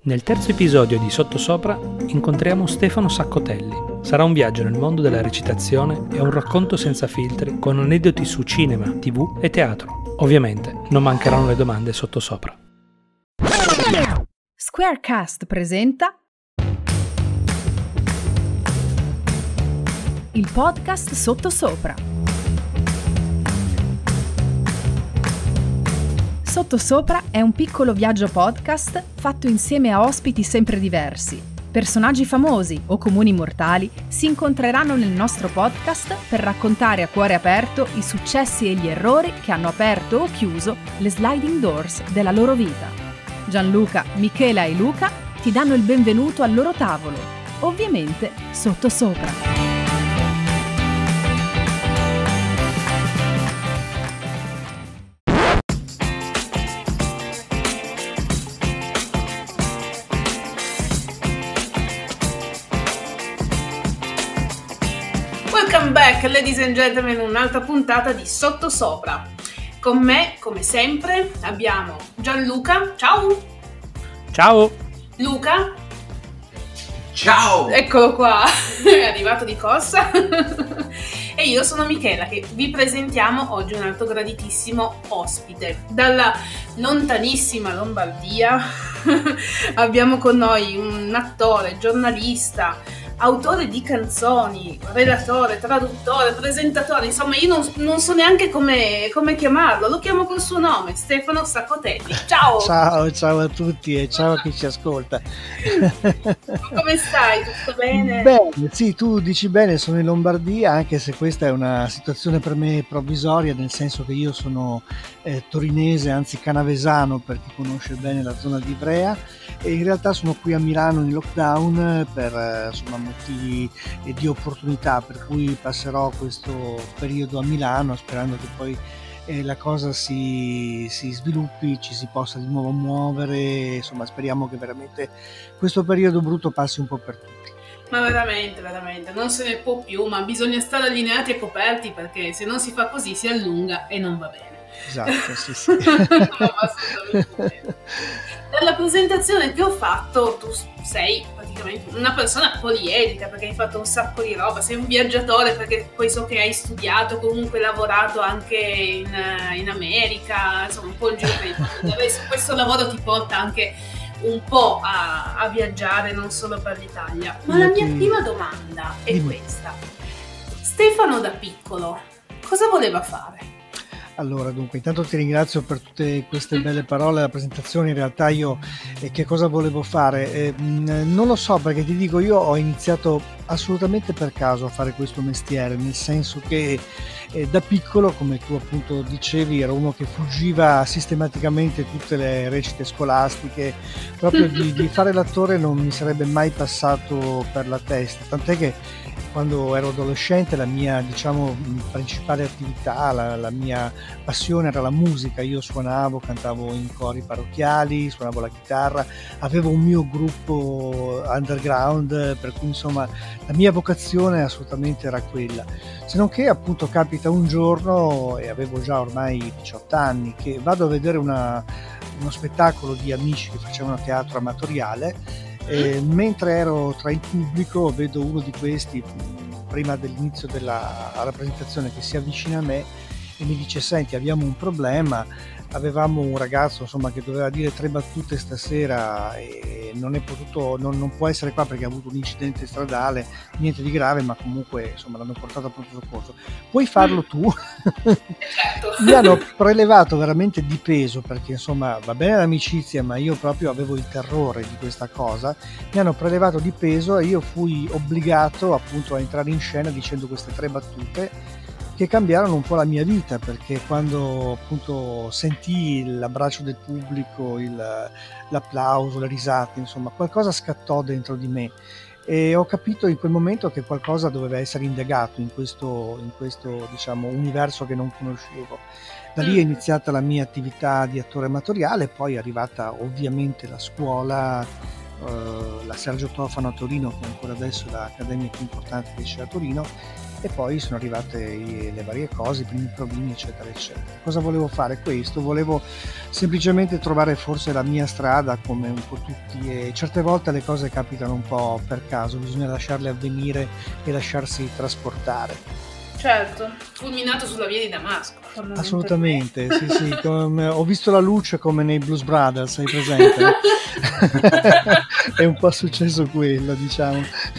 Nel terzo episodio di Sottosopra incontriamo Stefano Saccotelli. Sarà un viaggio nel mondo della recitazione e un racconto senza filtri con aneddoti su cinema, TV e teatro. Ovviamente non mancheranno le domande sottosopra. Squarecast presenta il podcast Sottosopra. Sottosopra è un piccolo viaggio podcast fatto insieme a ospiti sempre diversi. Personaggi famosi o comuni mortali si incontreranno nel nostro podcast per raccontare a cuore aperto i successi e gli errori che hanno aperto o chiuso le sliding doors della loro vita. Gianluca, Michela e Luca ti danno il benvenuto al loro tavolo, ovviamente sottosopra. Welcome back, ladies and gentlemen, un'altra puntata di Sottosopra. Con me, come sempre, abbiamo Gianluca, ciao! Ciao! Luca, ciao! Eccolo qua, è arrivato di corsa. E io sono Michela, che vi presentiamo oggi un altro graditissimo ospite. Dalla lontanissima Lombardia abbiamo con noi un attore, giornalista, autore di canzoni, relatore, traduttore, presentatore, insomma io non so neanche come chiamarlo, lo chiamo col suo nome, Stefano Saccotelli. Ciao! Ciao a tutti e ciao a chi ci ascolta. Come stai? Tutto bene? Bene, sì, tu dici bene, sono in Lombardia, anche se questa è una situazione per me provvisoria, nel senso che io sono torinese, anzi canavesano, per chi conosce bene la zona di Ivrea, e in realtà sono qui a Milano in lockdown per motivi di opportunità, per cui passerò questo periodo a Milano sperando che poi la cosa si sviluppi, ci si possa di nuovo muovere, insomma speriamo che veramente questo periodo brutto passi un po' per tutti. Ma veramente, non se ne può più, ma bisogna stare allineati e coperti, perché se non si fa così si allunga e non va bene. Esatto, sì. No, assolutamente. Dalla presentazione che ho fatto, tu sei praticamente una persona poliedrica, perché hai fatto un sacco di roba, sei un viaggiatore, perché poi so che hai studiato, comunque lavorato anche in America, insomma un po' in giro per il mondo. Adesso questo lavoro ti porta anche un po' a viaggiare, non solo per l'Italia. Ma la mia prima domanda è questa: Stefano da piccolo cosa voleva fare? Allora, dunque, intanto ti ringrazio per tutte queste belle parole, la presentazione. In realtà io che cosa volevo fare? Non lo so, perché ti dico, io ho iniziato assolutamente per caso a fare questo mestiere, nel senso che da piccolo, come tu appunto dicevi, ero uno che fuggiva sistematicamente tutte le recite scolastiche, proprio di fare l'attore non mi sarebbe mai passato per la testa, tant'è che quando ero adolescente la mia, diciamo, principale attività, la mia passione era la musica. Io suonavo, cantavo in cori parrocchiali, suonavo la chitarra, avevo un mio gruppo underground, per cui insomma la mia vocazione assolutamente era quella. Se non che appunto capita un giorno, e avevo già ormai 18 anni, che vado a vedere uno spettacolo di amici che facevano teatro amatoriale. Mentre ero tra il pubblico vedo uno di questi, prima dell'inizio della rappresentazione, che si avvicina a me e mi dice: senti, abbiamo un problema, avevamo un ragazzo insomma che doveva dire 3 battute stasera e non può essere qua perché ha avuto un incidente stradale, niente di grave, ma comunque insomma l'hanno portato a pronto soccorso, puoi farlo tu? Certo. Mi hanno prelevato veramente di peso, perché insomma va bene l'amicizia, ma io proprio avevo il terrore di questa cosa. Mi hanno prelevato di peso e io fui obbligato appunto a entrare in scena dicendo queste 3 battute che cambiarono un po' la mia vita, perché quando appunto sentii l'abbraccio del pubblico, l'applauso, le risate, insomma qualcosa scattò dentro di me e ho capito in quel momento che qualcosa doveva essere indagato in questo diciamo universo che non conoscevo. Da lì è iniziata la mia attività di attore amatoriale, poi è arrivata ovviamente la scuola, la Sergio Tofano a Torino, che ancora adesso è l'accademia più importante che c'è a Torino, e poi sono arrivate le varie cose, i primi provini, eccetera eccetera. Cosa volevo fare? Questo, volevo semplicemente trovare forse la mia strada come un po' tutti, e certe volte le cose capitano un po' per caso, bisogna lasciarle avvenire e lasciarsi trasportare. Certo, fulminato sulla via di Damasco. Assolutamente, sì, ho visto la luce come nei Blues Brothers, hai presente? È un po' successo quello, diciamo.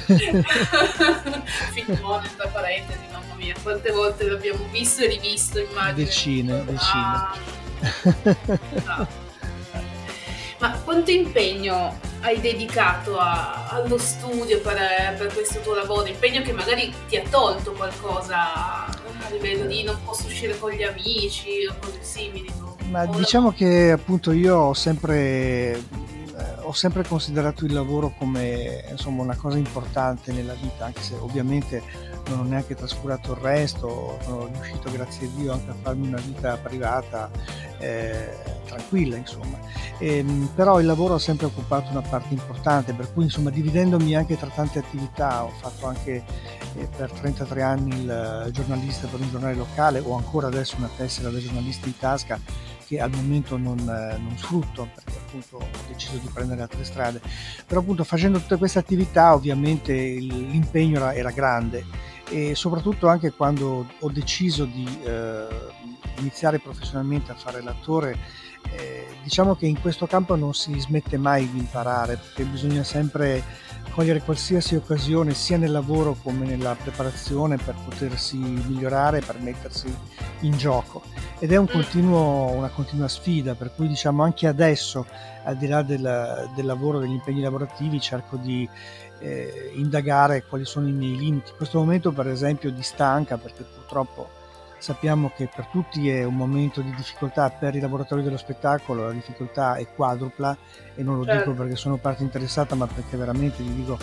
Filmone, tra parentesi, mamma mia, quante volte l'abbiamo visto e rivisto, immagino. Decine. No. Ma quanto impegno hai dedicato allo studio per questo tuo lavoro? Impegno che magari ti ha tolto qualcosa a livello di non posso uscire con gli amici o cose simili? Ma diciamo che appunto io ho sempre considerato il lavoro come insomma una cosa importante nella vita, anche se ovviamente non ho neanche trascurato il resto, sono riuscito grazie a Dio anche a farmi una vita privata tranquilla, insomma. Però il lavoro ha sempre occupato una parte importante, per cui insomma dividendomi anche tra tante attività, ho fatto anche per 33 anni il giornalista per un giornale locale, ho ancora adesso una tessera da giornalista in tasca che al momento non sfrutto perché appunto ho deciso di prendere altre strade, però appunto facendo tutte queste attività ovviamente l'impegno era grande, e soprattutto anche quando ho deciso di iniziare professionalmente a fare l'attore, diciamo che in questo campo non si smette mai di imparare, perché bisogna sempre cogliere qualsiasi occasione sia nel lavoro come nella preparazione per potersi migliorare, per mettersi in gioco, ed è una continua sfida, per cui diciamo anche adesso, al di là del lavoro, degli impegni lavorativi, cerco di indagare quali sono i miei limiti. In questo momento per esempio di stanca, perché purtroppo sappiamo che per tutti è un momento di difficoltà, per i lavoratori dello spettacolo la difficoltà è quadrupla, e non lo dico perché sono parte interessata, ma perché veramente vi dico,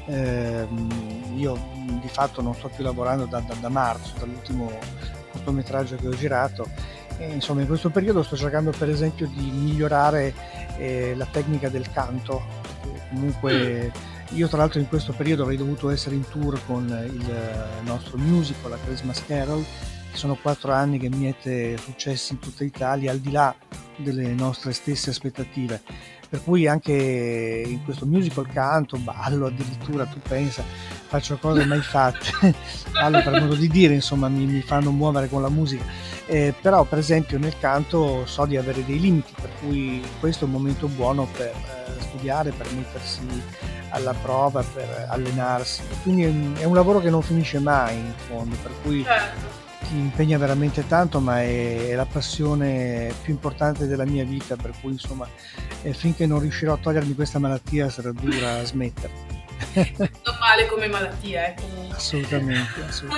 io di fatto non sto più lavorando da marzo, dall'ultimo cortometraggio che ho girato, e insomma in questo periodo sto cercando per esempio di migliorare la tecnica del canto, perché comunque io tra l'altro in questo periodo avrei dovuto essere in tour con il nostro musical, la Christmas Carol. Sono 4 anni che miete successi in tutta Italia, al di là delle nostre stesse aspettative, per cui anche in questo musical canto, ballo, addirittura tu pensa, faccio cose mai fatte, ballo per modo di dire, insomma mi fanno muovere con la musica, però per esempio nel canto so di avere dei limiti, per cui questo è un momento buono per studiare, per mettersi alla prova, per allenarsi, quindi è un lavoro che non finisce mai in fondo, per cui ti impegna veramente tanto, ma è la passione più importante della mia vita, per cui insomma finché non riuscirò a togliermi questa malattia sarà dura smettere. Non male come malattia, Assolutamente. Sul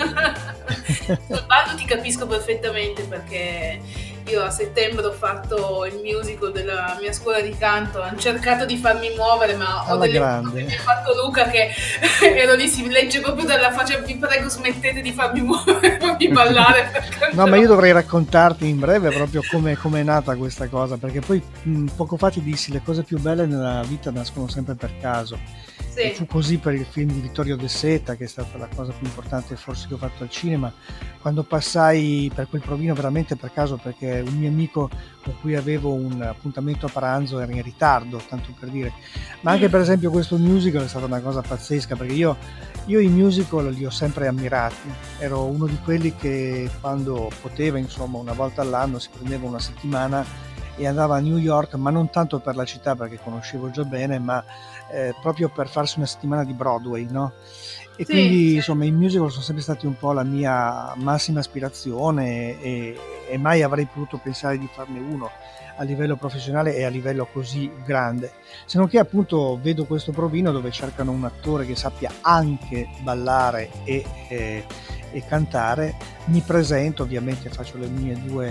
ballo ti capisco perfettamente, perché io a settembre ho fatto il musical della mia scuola di canto, hanno cercato di farmi muovere, ma ho delle foto che mi ha fatto Luca che ero lì, si legge proprio dalla faccia, vi prego smettete di farmi muovere, farmi ballare. No, ma io dovrei raccontarti in breve proprio come è nata questa cosa, perché poi poco fa ti dissi le cose più belle nella vita nascono sempre per caso. E fu così per il film di Vittorio De Seta, che è stata la cosa più importante forse che ho fatto al cinema, quando passai per quel provino veramente per caso, perché un mio amico con cui avevo un appuntamento a pranzo era in ritardo, tanto per dire. Ma anche per esempio questo musical è stata una cosa pazzesca, perché io i musical li ho sempre ammirati, ero uno di quelli che quando poteva, insomma una volta all'anno si prendeva una settimana e andava a New York, ma non tanto per la città perché conoscevo già bene, ma proprio per farsi una settimana di Broadway, no? E quindi insomma i musical sono sempre stati un po' la mia massima aspirazione, e mai avrei potuto pensare di farne uno a livello professionale e a livello così grande, se non che appunto vedo questo provino dove cercano un attore che sappia anche ballare e cantare, mi presento, ovviamente faccio i miei due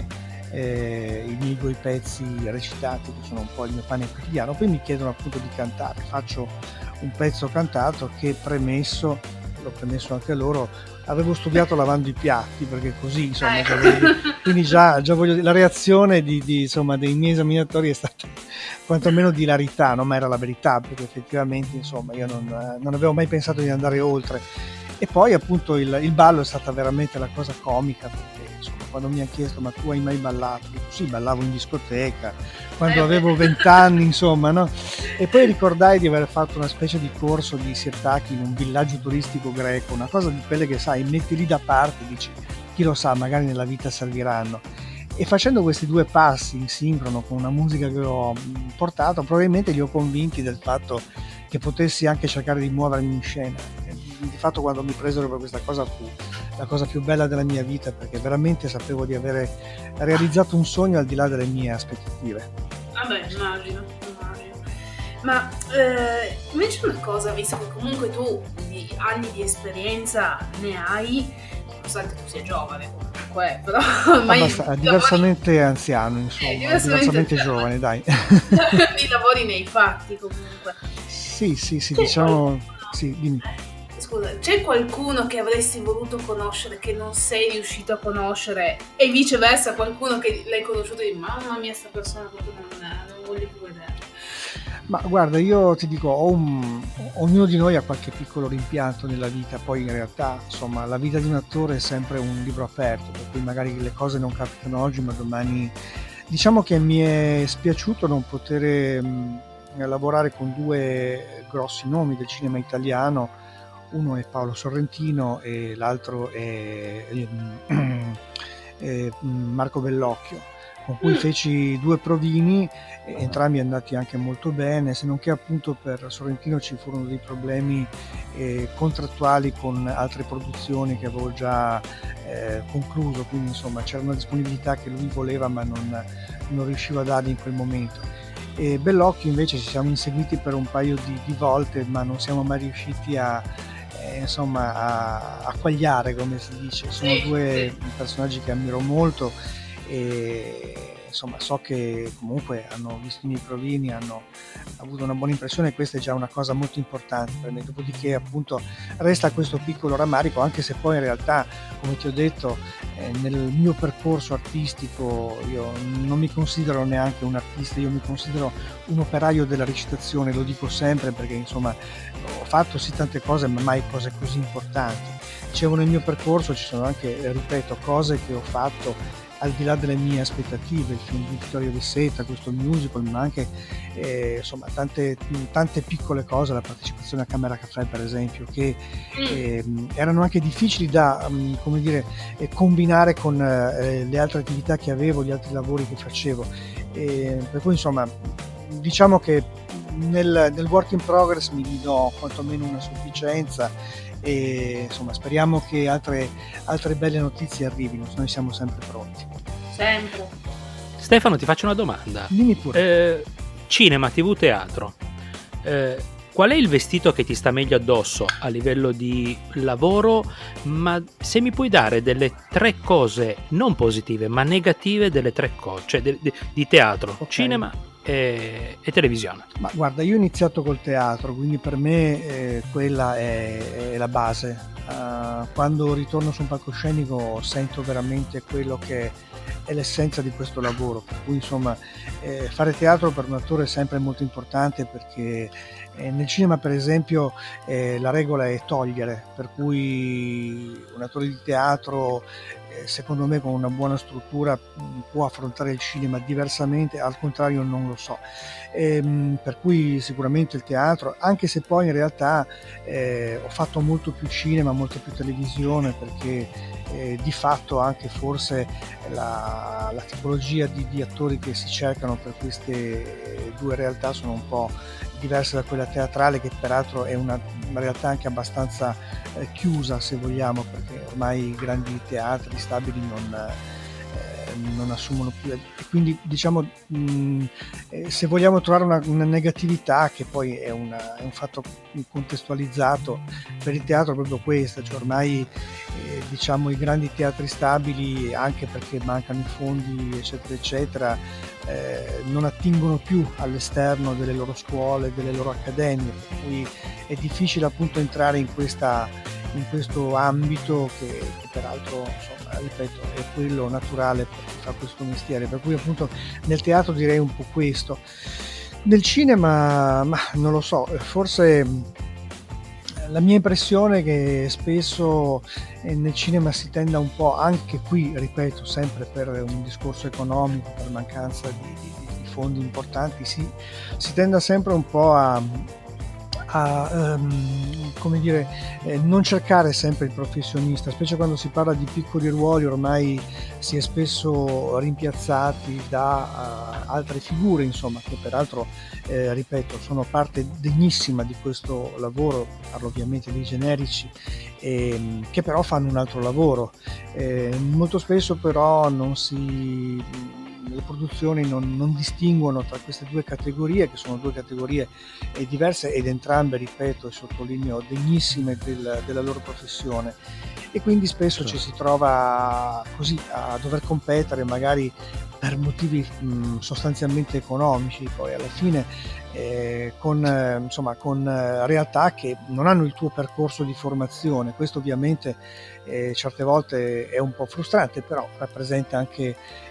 pezzi recitati che sono un po' il mio pane quotidiano, poi mi chiedono appunto di cantare, faccio un pezzo cantato che l'ho premesso anche loro, avevo studiato lavando i piatti, perché così insomma quindi già voglio, la reazione insomma dei miei esaminatori è stata quantomeno di ilarità, no? Ma era la verità, perché effettivamente insomma io non avevo mai pensato di andare oltre, E poi appunto il ballo è stata veramente la cosa comica, perché insomma, quando mi hanno chiesto ma tu hai mai ballato? Dico sì, ballavo in discoteca quando avevo 20 anni, insomma, no? E poi ricordai di aver fatto una specie di corso di sirtaki in un villaggio turistico greco, una cosa di quelle che sai, metti lì da parte e dici chi lo sa, magari nella vita serviranno. E facendo questi due passi in sincrono con una musica che ho portato, probabilmente li ho convinti del fatto che potessi anche cercare di muovermi in scena. Di fatto quando mi presero per questa cosa fu la cosa più bella della mia vita, perché veramente sapevo di avere realizzato un sogno al di là delle mie aspettative. Vabbè, immagino. Ma invece una cosa, visto che comunque tu di anni di esperienza ne hai, nonostante tu sia giovane comunque, però ormai diversamente anziano, insomma, diversamente giovane, dai. I lavori nei fatti comunque. Sì, diciamo, sì, dimmi. Scusa, c'è qualcuno che avresti voluto conoscere che non sei riuscito a conoscere e viceversa qualcuno che l'hai conosciuto e dici mamma mia sta persona proprio non voglio più vedere? Ma guarda, io ti dico, ognuno di noi ha qualche piccolo rimpianto nella vita, poi in realtà insomma la vita di un attore è sempre un libro aperto, per cui magari le cose non capitano oggi ma domani. Diciamo che mi è spiaciuto non poter lavorare con due grossi nomi del cinema italiano, uno è Paolo Sorrentino e l'altro è Marco Bellocchio, con cui feci due provini, entrambi andati anche molto bene, se non che appunto per Sorrentino ci furono dei problemi contrattuali con altre produzioni che avevo già concluso, quindi insomma c'era una disponibilità che lui voleva ma non riusciva a dargli in quel momento. E Bellocchio invece ci siamo inseguiti per un paio di volte ma non siamo mai riusciti a quagliare, come si dice. Sono due personaggi che ammiro molto e insomma so che comunque hanno visto i miei provini, hanno avuto una buona impressione e questa è già una cosa molto importante per me. Dopodiché appunto resta questo piccolo rammarico, anche se poi in realtà, come ti ho detto, nel mio percorso artistico io non mi considero neanche un artista, io mi considero un operaio della recitazione, lo dico sempre perché insomma ho fatto sì tante cose ma mai cose così importanti. Dicevo, nel mio percorso ci sono anche, ripeto, cose che ho fatto al di là delle mie aspettative, il film di Vittorio De Seta, questo musical, ma anche insomma tante piccole cose, la partecipazione a Camera Caffè per esempio, che erano anche difficili da come dire combinare con le altre attività che avevo, gli altri lavori che facevo, per cui insomma diciamo che nel work in progress mi do quantomeno una sufficienza e insomma speriamo che altre belle notizie arrivino, noi siamo sempre pronti. Sempre. Stefano, ti faccio una domanda. Dimmi pure. Cinema, TV, teatro. Qual è il vestito che ti sta meglio addosso a livello di lavoro? Ma se mi puoi dare delle 3 cose non positive ma negative delle 3 cose, cioè di teatro, okay, cinema e televisione. Ma guarda, io ho iniziato col teatro, quindi per me quella è la base. Quando ritorno su un palcoscenico sento veramente quello che è l'essenza di questo lavoro, per cui insomma fare teatro per un attore è sempre molto importante, perché nel cinema per esempio la regola è togliere, per cui un attore di teatro secondo me con una buona struttura può affrontare il cinema diversamente, al contrario non lo so, per cui sicuramente il teatro, anche se poi in realtà ho fatto molto più cinema, molto più televisione, perché di fatto anche forse la tipologia di attori che si cercano per queste due realtà sono un po' diverse da quella teatrale, che peraltro è una realtà anche abbastanza chiusa, se vogliamo, perché ormai i grandi teatri stabili non assumono più, e quindi diciamo se vogliamo trovare una negatività, che poi è un fatto contestualizzato per il teatro, proprio questa, cioè ormai diciamo i grandi teatri stabili, anche perché mancano i fondi eccetera eccetera, non attingono più all'esterno delle loro scuole, delle loro accademie, per cui è difficile appunto entrare in questo ambito che peraltro insomma, ripeto, è quello naturale per chi fa questo mestiere, per cui appunto nel teatro direi un po' questo. Nel cinema, ma non lo so, forse la mia impressione è che spesso nel cinema si tenda un po', anche qui, ripeto, sempre per un discorso economico, per mancanza di fondi importanti, si tenda sempre un po' come dire, non cercare sempre il professionista, specie quando si parla di piccoli ruoli. Ormai si è spesso rimpiazzati da altre figure, insomma, che peraltro ripeto, sono parte degnissima di questo lavoro. Parlo ovviamente dei generici, che però fanno un altro lavoro. Molto spesso però le produzioni non distinguono tra queste due categorie, che sono due categorie diverse ed entrambe, ripeto e sottolineo, degnissime della loro professione, e quindi spesso ci si trova così a dover competere, magari per motivi sostanzialmente economici, poi alla fine con realtà che non hanno il tuo percorso di formazione. Questo ovviamente certe volte è un po' frustrante, però rappresenta anche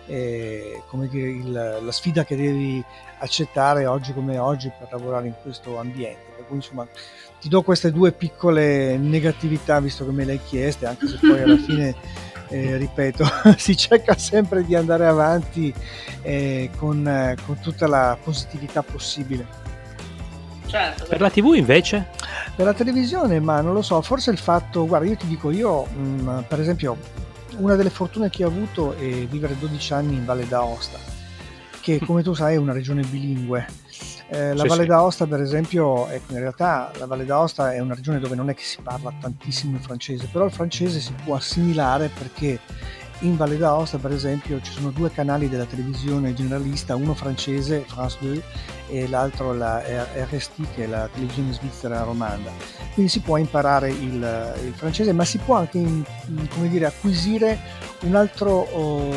la sfida che devi accettare oggi come oggi per lavorare in questo ambiente. Per cui insomma ti do queste due piccole negatività, visto che me le hai chieste, anche se poi alla fine ripeto, si cerca sempre di andare avanti con tutta la positività possibile. Certo. Per la TV invece? Per la televisione, ma non lo so, forse il fatto, guarda, io ti dico, per esempio, una delle fortune che ho avuto è vivere 12 anni in Valle d'Aosta, che come tu sai è una regione bilingue. La Valle d'Aosta, per esempio, ecco, in realtà la Valle d'Aosta è una regione dove non è che si parla tantissimo il francese, però il francese si può assimilare, perché in Valle d'Aosta, per esempio, ci sono due canali della televisione generalista, uno francese, France 2, e l'altro la RST, che è la televisione svizzera romanda. Quindi si può imparare il francese, ma si può anche acquisire un altro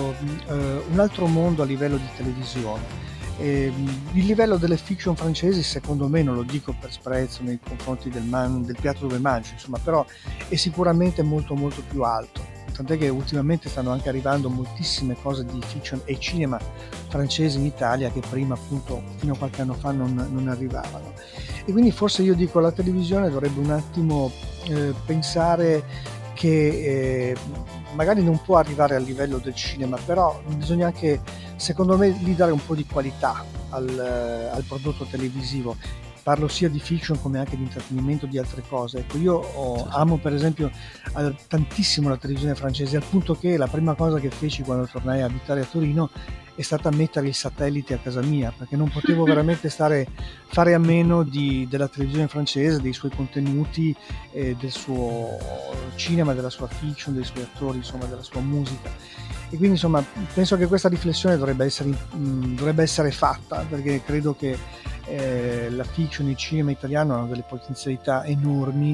mondo a livello di televisione. Il livello delle fiction francesi, secondo me, non lo dico per sprezzo nei confronti del piatto dove mangio, insomma, però è sicuramente molto molto più alto, tant'è che ultimamente stanno anche arrivando moltissime cose di fiction e cinema francese in Italia che prima, appunto, fino a qualche anno fa non arrivavano. E quindi forse io dico, la televisione dovrebbe un attimo pensare che magari non può arrivare al livello del cinema, però bisogna anche, secondo me, lì dare un po' di qualità al prodotto televisivo. Parlo sia di fiction come anche di intrattenimento, di altre cose. Ecco, io amo per esempio tantissimo la televisione francese, al punto che la prima cosa che feci quando tornai a abitare a Torino è stata mettere il satellite a casa mia, perché non potevo veramente fare a meno della televisione francese, dei suoi contenuti, del suo cinema, della sua fiction, dei suoi attori, insomma, della sua musica. E quindi insomma penso che questa riflessione dovrebbe essere fatta, perché credo che la fiction e il cinema italiano hanno delle potenzialità enormi,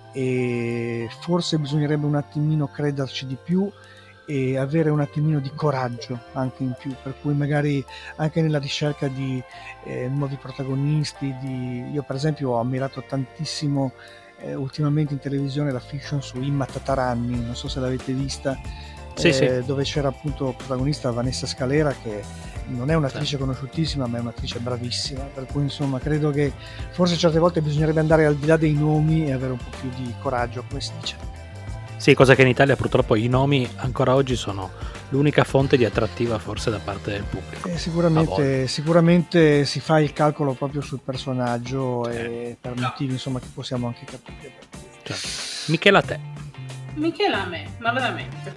e forse bisognerebbe un attimino crederci di più e avere un attimino di coraggio anche in più, per cui magari anche nella ricerca di nuovi protagonisti. Io per esempio ho ammirato tantissimo ultimamente in televisione la fiction su Imma Tataranni, non so se l'avete vista, dove c'era appunto protagonista Vanessa Scalera, che non è un'attrice conosciutissima, ma è un'attrice bravissima, per cui insomma credo che forse certe volte bisognerebbe andare al di là dei nomi e avere un po' più di coraggio, come si dice. Sì, cosa che in Italia purtroppo i nomi ancora oggi sono l'unica fonte di attrattiva forse da parte del pubblico. Sicuramente si fa il calcolo proprio sul personaggio, e per motivi insomma che possiamo anche capire. Certo. Michela, a te. Michela, a me, ma veramente.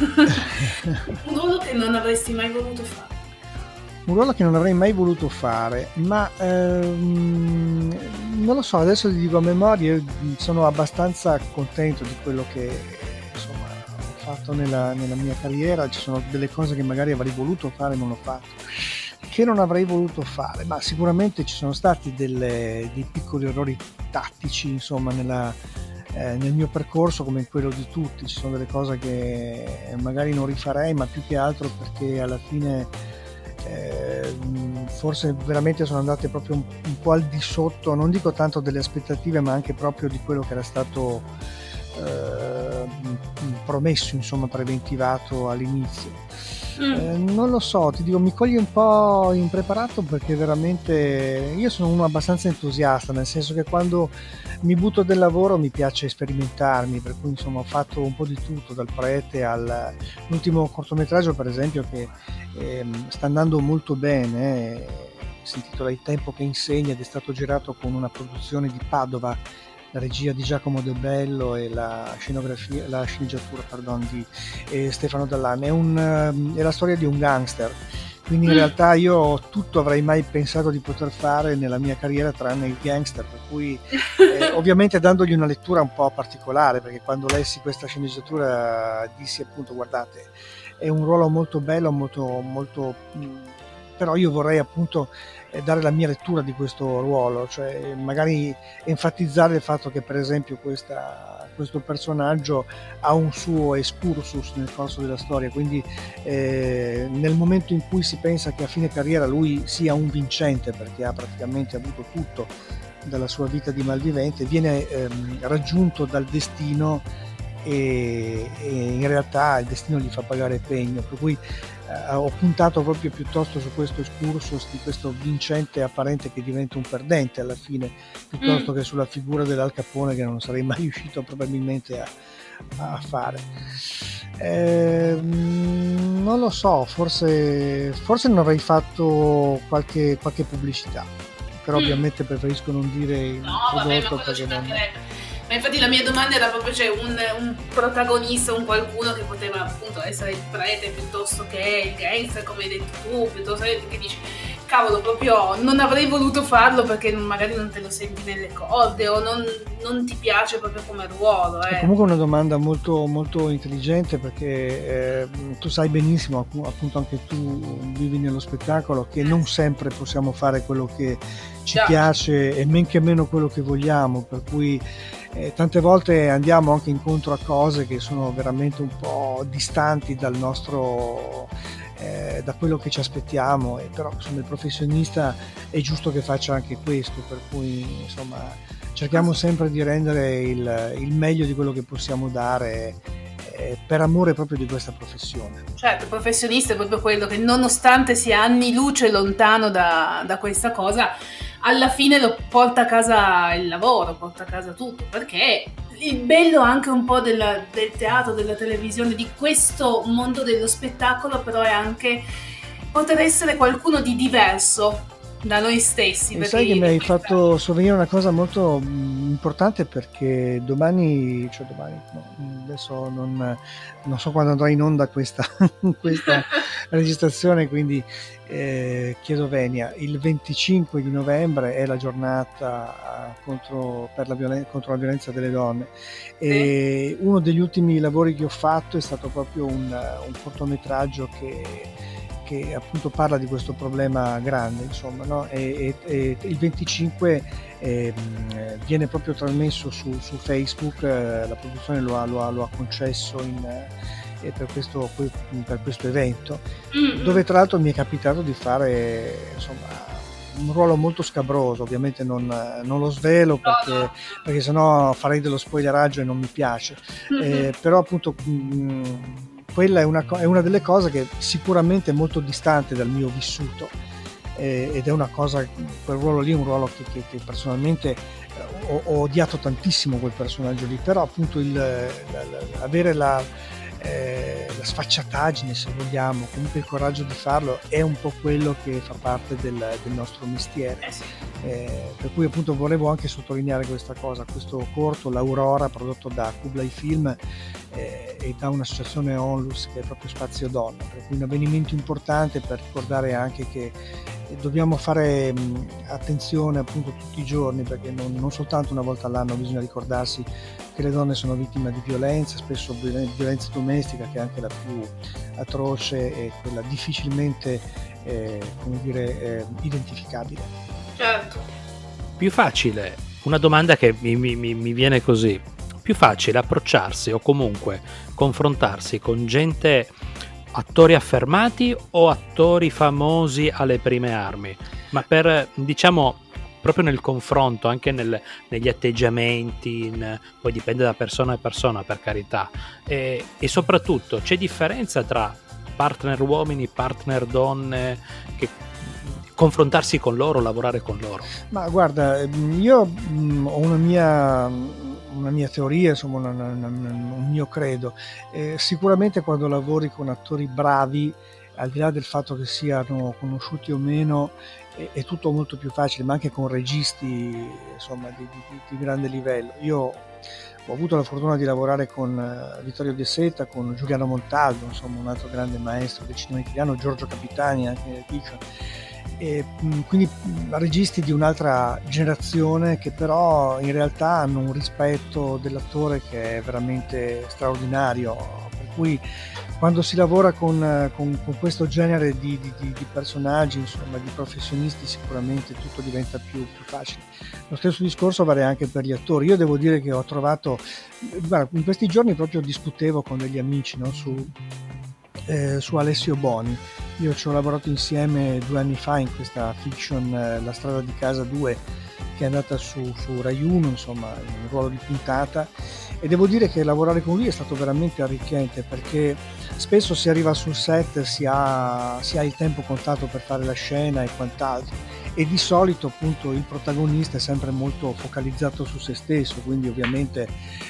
Un ruolo che non avresti mai voluto fare. Un ruolo che non avrei mai voluto fare, ma non lo so, adesso ti dico a memoria, sono abbastanza contento di quello che insomma ho fatto nella mia carriera. Ci sono delle cose che magari avrei voluto fare e non ho fatto, che non avrei voluto fare, ma sicuramente ci sono stati dei piccoli errori tattici, insomma, nel mio percorso, come in quello di tutti. Ci sono delle cose che magari non rifarei, ma più che altro perché alla fine forse veramente sono andate proprio un po' al di sotto, non dico tanto delle aspettative, ma anche proprio di quello che era stato promesso, insomma, preventivato all'inizio. Non lo so, ti dico, mi coglie un po' impreparato perché veramente io sono uno abbastanza entusiasta, nel senso che quando mi butto del lavoro mi piace sperimentarmi, per cui insomma ho fatto un po' di tutto, dal prete all'ultimo cortometraggio per esempio che sta andando molto bene, si intitola Il tempo che insegna ed è stato girato con una produzione di Padova, la regia di Giacomo De Bello e la sceneggiatura di Stefano Dall'Anne. È la storia di un gangster, quindi in realtà io tutto avrei mai pensato di poter fare nella mia carriera tranne il gangster, per cui ovviamente dandogli una lettura un po' particolare, perché quando lessi questa sceneggiatura dissi appunto guardate, è un ruolo molto bello, molto però io vorrei appunto dare la mia lettura di questo ruolo, cioè magari enfatizzare il fatto che per esempio questo personaggio ha un suo excursus nel corso della storia, quindi nel momento in cui si pensa che a fine carriera lui sia un vincente perché ha praticamente avuto tutto dalla sua vita di malvivente, viene raggiunto dal destino e in realtà il destino gli fa pagare pegno, per cui ho puntato proprio piuttosto su questo excursus di questo vincente apparente che diventa un perdente alla fine, piuttosto che sulla figura dell'Al Capone che non sarei mai riuscito probabilmente a fare. Non lo so, forse non avrei fatto qualche pubblicità, però ovviamente preferisco non dire il prodotto perché non... Ma infatti la mia domanda era proprio, cioè, un protagonista, un qualcuno che poteva appunto essere il prete piuttosto che il gangster, come hai detto tu, piuttosto che dici, cavolo, proprio non avrei voluto farlo perché magari non te lo senti nelle corde o non ti piace proprio come ruolo. È comunque una domanda molto, molto intelligente, perché tu sai benissimo, appunto anche tu vivi nello spettacolo, che non sempre possiamo fare quello che ci piace e men che meno quello che vogliamo, per cui tante volte andiamo anche incontro a cose che sono veramente un po' distanti dal nostro da quello che ci aspettiamo, però insomma il professionista è giusto che faccia anche questo, per cui insomma cerchiamo sempre di rendere il meglio di quello che possiamo dare per amore proprio di questa professione. Certo, il professionista è proprio quello che nonostante sia anni luce lontano da questa cosa, alla fine lo porta a casa il lavoro, porta a casa tutto, perché il bello anche un po' del teatro, della televisione, di questo mondo dello spettacolo, però è anche poter essere qualcuno di diverso da noi stessi. E sai che mi hai fatto sovvenire una cosa molto importante, perché domani no, adesso non so quando andrà in onda questa registrazione, quindi chiedo venia. Il 25 di novembre è la giornata contro la violenza delle donne, e uno degli ultimi lavori che ho fatto è stato proprio un cortometraggio che appunto parla di questo problema grande, insomma, no? E il 25 viene proprio trasmesso su Facebook, la produzione lo ha concesso per questo evento, dove tra l'altro mi è capitato di fare insomma un ruolo molto scabroso. Ovviamente non lo svelo perché sennò farei dello spoileraggio e non mi piace, però appunto quella è una delle cose che sicuramente è molto distante dal mio vissuto, ed è una cosa, quel ruolo lì è un ruolo che personalmente ho odiato tantissimo, quel personaggio lì, però appunto avere la sfacciataggine, se vogliamo, comunque il coraggio di farlo, è un po' quello che fa parte del nostro mestiere, per cui appunto volevo anche sottolineare questa cosa. Questo corto, l'Aurora, prodotto da Kublai Film e da un'associazione Onlus che è proprio Spazio Donna, per cui un avvenimento importante per ricordare anche che dobbiamo fare attenzione appunto tutti i giorni, perché non soltanto una volta all'anno bisogna ricordarsi che le donne sono vittime di violenza, spesso violenza domestica, che è anche la più atroce e quella difficilmente identificabile. Certo. Più facile, una domanda che mi viene così, più facile approcciarsi o comunque confrontarsi con gente, attori affermati o attori famosi alle prime armi, ma per, diciamo, proprio nel confronto, anche negli atteggiamenti, poi dipende da persona a persona, per carità, e soprattutto c'è differenza tra partner uomini, partner donne, che confrontarsi con loro, lavorare con loro? Ma guarda, io ho una mia teoria, insomma, un mio credo. Sicuramente quando lavori con attori bravi, al di là del fatto che siano conosciuti o meno, è tutto molto più facile, ma anche con registi, insomma, di grande livello. Io ho avuto la fortuna di lavorare con Vittorio De Seta, con Giuliano Montaldo, insomma, un altro grande maestro del cinema italiano, Giorgio Capitani anche nel fiction. E quindi registi di un'altra generazione che però in realtà hanno un rispetto dell'attore che è veramente straordinario, per cui quando si lavora con questo genere di personaggi, insomma, di professionisti, sicuramente tutto diventa più facile. Lo stesso discorso vale anche per gli attori. Io devo dire che ho trovato, guarda, in questi giorni proprio discutevo con degli amici, no, su Alessio Boni. Io ci ho lavorato insieme 2 anni fa in questa fiction La strada di casa 2, che è andata su Rai 1, insomma, in ruolo di puntata, e devo dire che lavorare con lui è stato veramente arricchente, perché spesso si arriva sul set, si ha il tempo contato per fare la scena e quant'altro, e di solito appunto il protagonista è sempre molto focalizzato su se stesso, quindi ovviamente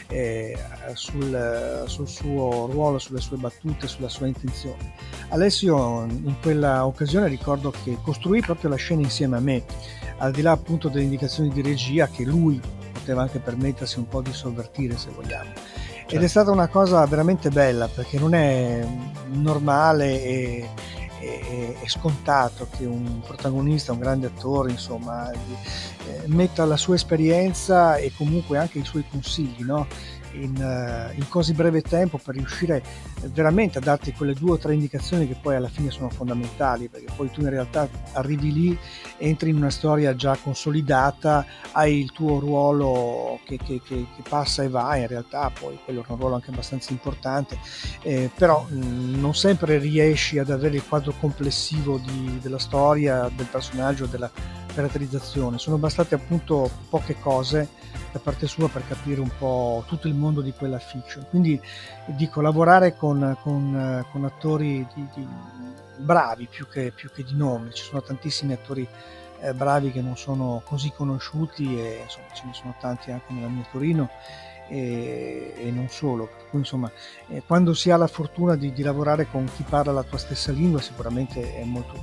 sul suo ruolo, sulle sue battute, sulla sua intenzione. Alessio in quella occasione ricordo che costruì proprio la scena insieme a me, al di là appunto delle indicazioni di regia che lui poteva anche permettersi un po' di sovvertire, se vogliamo. Certo. Ed è stata una cosa veramente bella, perché non è normale e scontato che un protagonista, un grande attore, insomma, metta la sua esperienza e comunque anche i suoi consigli, no? In così breve tempo, per riuscire veramente a darti quelle 2 o 3 indicazioni che poi alla fine sono fondamentali, perché poi tu in realtà arrivi lì, entri in una storia già consolidata, hai il tuo ruolo che passa e va, in realtà poi quello è un ruolo anche abbastanza importante, però non sempre riesci ad avere il quadro complessivo della storia, del personaggio, della caratterizzazione. Sono bastate appunto poche cose da parte sua per capire un po' tutto il mondo di quella fiction. Quindi dico, lavorare con attori bravi più che di nome. Ci sono tantissimi attori bravi che non sono così conosciuti, e insomma ce ne sono tanti anche nella mia Torino e non solo. Per cui insomma quando si ha la fortuna di lavorare con chi parla la tua stessa lingua, sicuramente è molto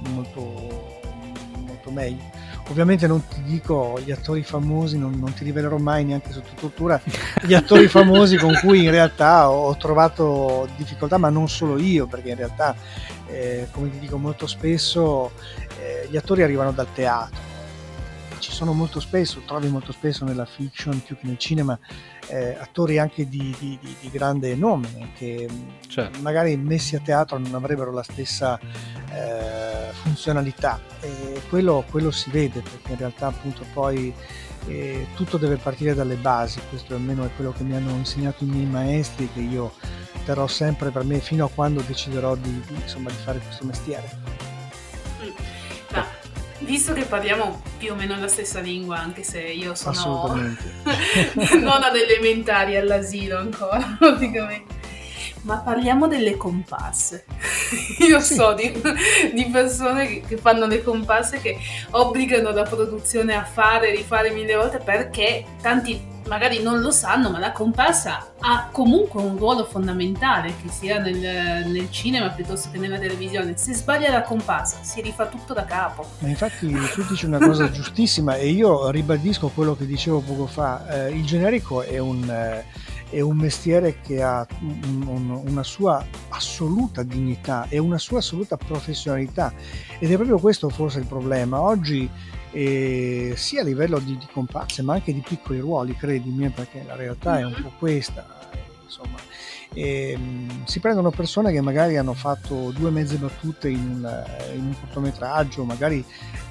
meglio. Ovviamente non ti dico gli attori famosi, non ti rivelerò mai neanche sotto tortura gli attori famosi con cui in realtà ho trovato difficoltà, ma non solo io, perché in realtà come ti dico molto spesso gli attori arrivano dal teatro. Ci sono trovi molto spesso nella fiction più che nel cinema attori anche di grande nome che certo, magari messi a teatro non avrebbero la stessa funzionalità, e quello si vede, perché in realtà appunto poi tutto deve partire dalle basi. Questo almeno è quello che mi hanno insegnato i miei maestri, che io terrò sempre per me fino a quando deciderò di fare questo mestiere. Visto che parliamo più o meno la stessa lingua, anche se io sono assolutamente non ad elementari, all'asilo ancora praticamente, ma parliamo delle comparse. Io sì, so di persone che fanno le comparse, che obbligano la produzione a rifare 1000 volte, perché tanti magari non lo sanno, ma la comparsa ha comunque un ruolo fondamentale, che sia nel cinema piuttosto che nella televisione. Se sbaglia la comparsa si rifà tutto da capo. Ma infatti tu dici una cosa giustissima, e io ribadisco quello che dicevo poco fa. Il generico è un mestiere che ha una sua assoluta dignità e una sua assoluta professionalità, ed è proprio questo forse il problema oggi, sia a livello di comparse ma anche di piccoli ruoli, credimi, perché la realtà è un po' questa, insomma. Si prendono persone che magari hanno fatto 2 mezze battute in un cortometraggio, magari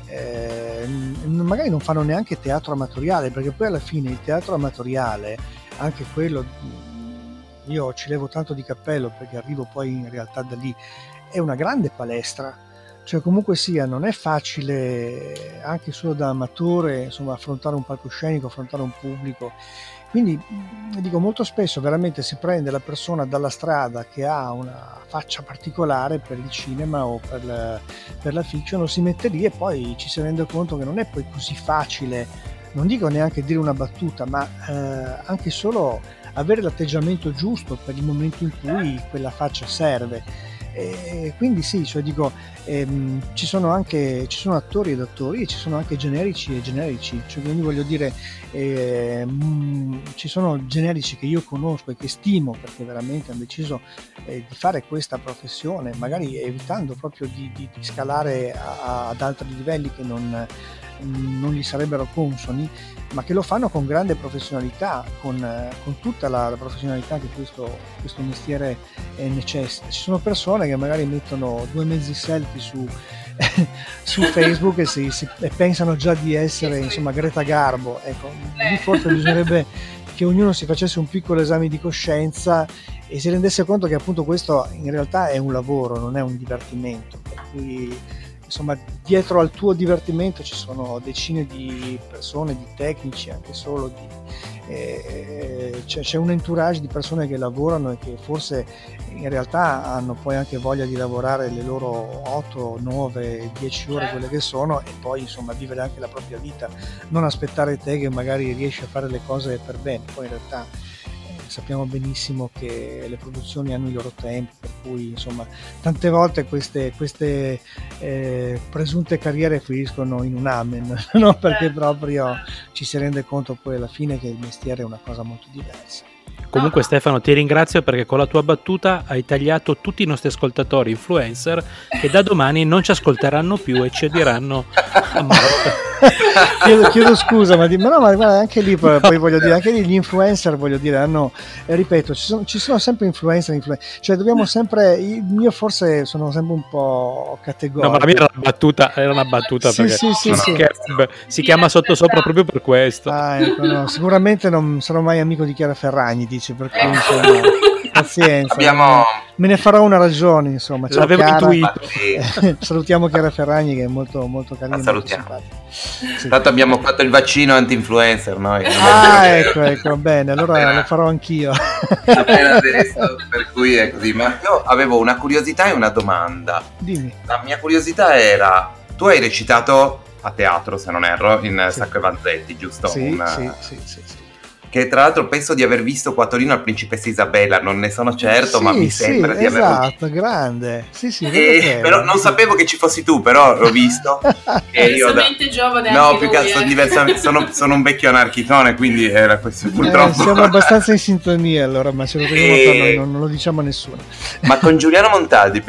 non fanno neanche teatro amatoriale, perché poi alla fine il teatro amatoriale, anche quello, io ci levo tanto di cappello, perché arrivo poi in realtà da lì, è una grande palestra. Cioè comunque sia, non è facile anche solo da amatore, insomma, affrontare un palcoscenico, affrontare un pubblico, Quindi dico, molto spesso veramente si prende la persona dalla strada che ha una faccia particolare per il cinema o per la fiction, lo si mette lì e poi ci si rende conto che non è poi così facile, non dico neanche dire una battuta, ma anche solo avere l'atteggiamento giusto per il momento in cui quella faccia serve. E quindi sì, cioè dico, ci sono attori ed attori e ci sono anche generici e generici, cioè quindi voglio dire, ci sono generici che io conosco e che stimo perché veramente hanno deciso di fare questa professione, magari evitando proprio di scalare ad altri livelli che non gli sarebbero consoni, ma che lo fanno con grande professionalità, con tutta la professionalità che questo mestiere necessita. Ci sono persone che magari mettono 2 mezzi selfie su Facebook e pensano già di essere, insomma, Greta Garbo. Ecco, lì forse bisognerebbe che ognuno si facesse un piccolo esame di coscienza e si rendesse conto che appunto questo in realtà è un lavoro, non è un divertimento. Per cui, insomma, dietro al tuo divertimento ci sono decine di persone, di tecnici, anche solo c'è un entourage di persone che lavorano e che forse in realtà hanno poi anche voglia di lavorare le loro 8, 9, 10 ore, quelle che sono, e poi insomma vivere anche la propria vita, non aspettare te che magari riesci a fare le cose per bene. Poi in realtà sappiamo benissimo che le produzioni hanno i loro tempi, per cui insomma tante volte queste presunte carriere finiscono in un amen, no? Perché proprio ci si rende conto poi alla fine che il mestiere è una cosa molto diversa. Comunque Stefano, ti ringrazio perché con la tua battuta hai tagliato tutti i nostri ascoltatori influencer che da domani non ci ascolteranno più e ci odieranno a morte. Chiedo scusa, ma guarda, anche lì poi voglio dire, anche lì gli influencer, voglio dire, hanno, ripeto, ci sono sempre influencer, cioè dobbiamo sempre, io forse sono sempre un po' categorico. No, ma la mia era una battuta sì, perché sì, si chiama Sottosopra proprio per questo. Ecco, no, sicuramente non sarò mai amico di Chiara Ferragni, dice, per cui insomma, pazienza. Me ne farò una ragione, insomma. Ciao, l'avevo Chiara. intuito. Salutiamo Chiara Ferragni, che è molto, molto carina. Salutiamo. Sì. Tanto abbiamo fatto il vaccino anti-influencer noi. Ecco, bene, allora lo farò anch'io. Appena adesso, per cui è così. Ma io avevo una curiosità e una domanda. Dimmi. La mia curiosità era, tu hai recitato a teatro, se non erro, in Sacco e Vanzetti, giusto? Sì. Che tra l'altro penso di aver visto qua a Torino al Principessa Isabella, non ne sono certo, ma mi sembra di averlo visto. Esatto, grande. Sì, però non sapevo che ci fossi tu, però l'ho visto. Giovane. No, più che altro diversamente, sono un vecchio anarchicone, quindi era questo purtroppo. Siamo abbastanza in sintonia allora, ma ce lo teniamo per noi, non lo diciamo a nessuno. Ma con Giuliano Montaldi,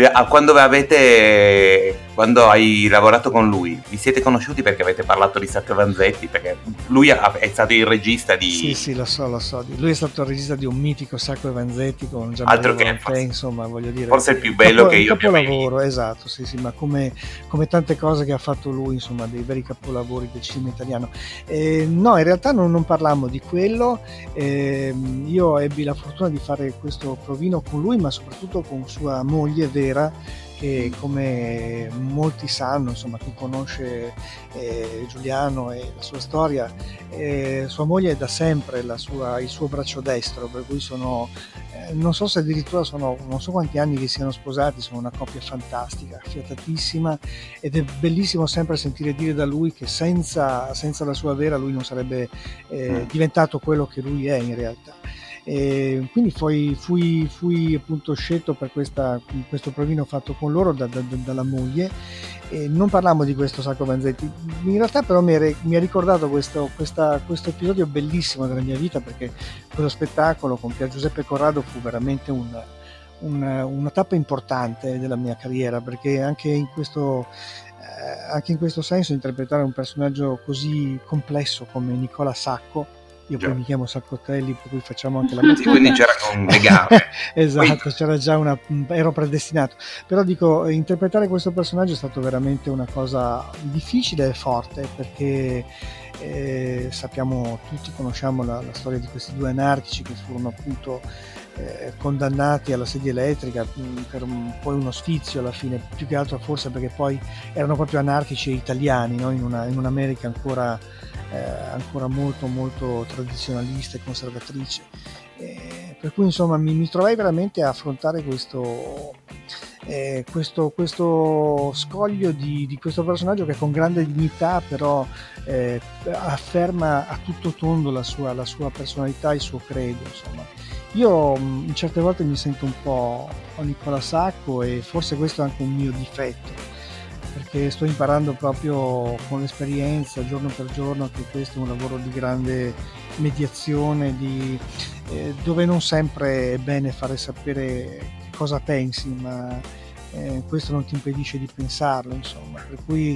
quando hai lavorato con lui, vi siete conosciuti perché avete parlato di Sacco e Vanzetti? Perché lui è stato il regista di... Sì, lo so. Lui è stato il regista di un mitico Sacco e Vanzetti con Gianmarco Volonté, insomma, voglio dire. Forse il più bello che io abbia mai visto. Capolavoro, esatto, sì, ma come tante cose che ha fatto lui, insomma, dei veri capolavori del cinema italiano. No, in realtà non parlammo di quello. Io ebbi la fortuna di fare questo provino con lui, ma soprattutto con sua moglie Vera, che come molti sanno, insomma, chi conosce Giuliano e la sua storia, sua moglie è da sempre il suo braccio destro, per cui non so se addirittura non so quanti anni che siano sposati, sono una coppia fantastica, affiatatissima, ed è bellissimo sempre sentire dire da lui che senza la sua Vera lui non sarebbe diventato quello che lui è in realtà. Quindi fui appunto scelto per questo provino fatto con loro dalla moglie. Non parlammo di questo Sacco Vanzetti, in realtà però mi ha ricordato questo episodio bellissimo della mia vita, perché quello spettacolo con Pier Giuseppe Corrado fu veramente una tappa importante della mia carriera, perché anche in questo senso interpretare un personaggio così complesso come Nicola Sacco. Io poi mi chiamo Saccotelli, per cui facciamo anche la battuta. Quindi c'era un legame. Esatto, c'era già ero predestinato. Però dico, interpretare questo personaggio è stato veramente una cosa difficile e forte, perché sappiamo tutti, conosciamo la storia di questi due anarchici che furono appunto condannati alla sedia elettrica per poi uno sfizio alla fine, più che altro forse perché poi erano proprio anarchici e italiani, no? in un'America ancora molto molto tradizionalista e conservatrice, per cui insomma mi trovai veramente a affrontare questo scoglio di questo personaggio che con grande dignità però afferma a tutto tondo la sua personalità, il suo credo. Insomma, io in certe volte mi sento un po' Nicola Sacco, e forse questo è anche un mio difetto, perché sto imparando proprio con l'esperienza giorno per giorno che questo è un lavoro di grande mediazione, dove non sempre è bene fare sapere cosa pensi, ma questo non ti impedisce di pensarlo, insomma. Per cui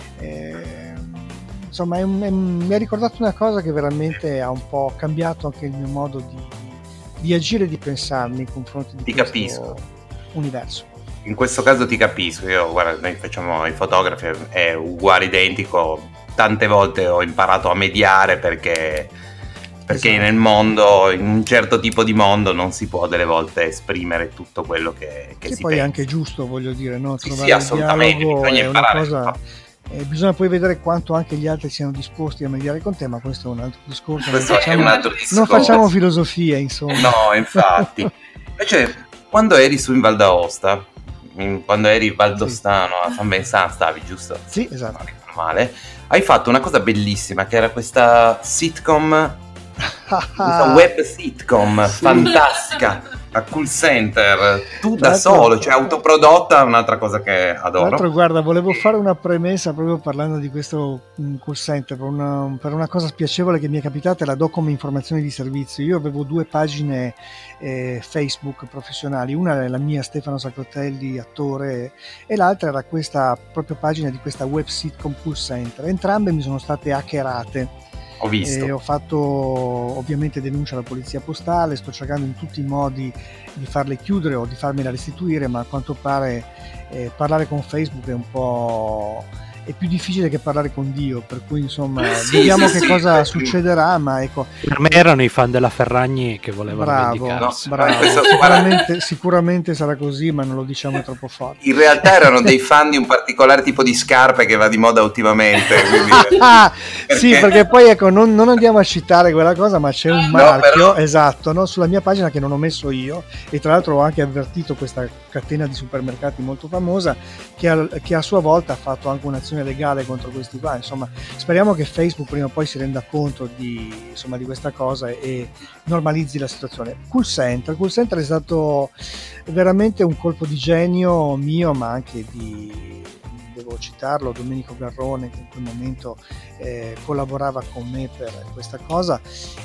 insomma mi ha ricordato una cosa che veramente ha un po' cambiato anche il mio modo di agire e di pensare nei confronti di questo universo. In questo caso ti capisco, io guarda, noi facciamo i fotografi, è uguale, identico, tante volte ho imparato a mediare perché Esatto. Nel mondo, in un certo tipo di mondo, non si può delle volte esprimere tutto quello che si poi pensa. È anche giusto, voglio dire, no? Sì, assolutamente, bisogna imparare una cosa, bisogna poi vedere quanto anche gli altri siano disposti a mediare con te, ma questo è un altro discorso. Non facciamo filosofia, insomma. No, infatti. Invece, quando eri su in Val d'Aosta, quando eri valdostano a San Vincent stavi, giusto? Sì, esatto. Non ricordo male. Hai fatto una cosa bellissima, che era questa sitcom, questa web sitcom fantastica a Cool Center, tu da solo, cioè autoprodotta, un'altra cosa che adoro. Tra l'altro, guarda, volevo fare una premessa proprio parlando di questo Cool Center per una cosa spiacevole che mi è capitata, e la do come informazione di servizio. Io avevo 2 pagine Facebook professionali, una è la mia, Stefano Saccotelli, attore, e l'altra era questa proprio pagina di questa web sitcom Cool Center. Entrambe mi sono state hackerate. Ho visto. Ho fatto ovviamente denuncia alla polizia postale, sto cercando in tutti i modi di farle chiudere o di farmela restituire, ma a quanto pare parlare con Facebook è più difficile che parlare con Dio, per cui insomma vediamo che cosa succederà, ma ecco. Per me erano i fan della Ferragni che volevano vendicarsi. Bravo. Sicuramente sarà così, ma non lo diciamo troppo forte. In realtà erano dei fan di un particolare tipo di scarpe che va di moda ultimamente, quindi sì, perché poi ecco, non andiamo a citare quella cosa, ma c'è un marchio, esatto, no, sulla mia pagina che non ho messo io, e tra l'altro ho anche avvertito questa catena di supermercati molto famosa che a sua volta ha fatto anche un'azione legale contro questi qua. Insomma, speriamo che Facebook prima o poi si renda conto di questa cosa e normalizzi la situazione. Cool Center è stato veramente un colpo di genio mio, ma anche devo citarlo, Domenico Garrone, che in quel momento collaborava con me per questa cosa.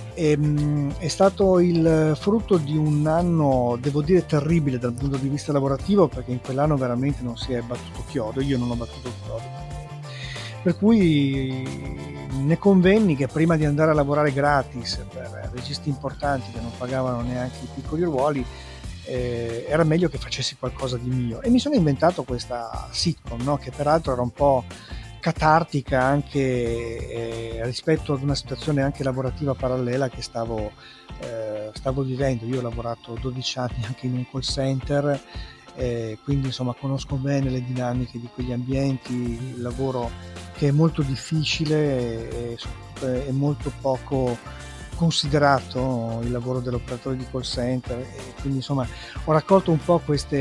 È stato il frutto di un anno, devo dire, terribile dal punto di vista lavorativo, perché in quell'anno veramente non si è battuto chiodo, io non ho battuto chiodo, per cui ne convenni che prima di andare a lavorare gratis per registi importanti che non pagavano neanche i piccoli ruoli, era meglio che facessi qualcosa di mio, e mi sono inventato questa sitcom, no? Che peraltro era un po' catartica anche rispetto ad una situazione anche lavorativa parallela che stavo vivendo. Io ho lavorato 12 anni anche in un call center, quindi insomma conosco bene le dinamiche di quegli ambienti, il lavoro che è molto difficile e è molto poco considerato, il lavoro dell'operatore di call center, e quindi insomma ho raccolto un po' questa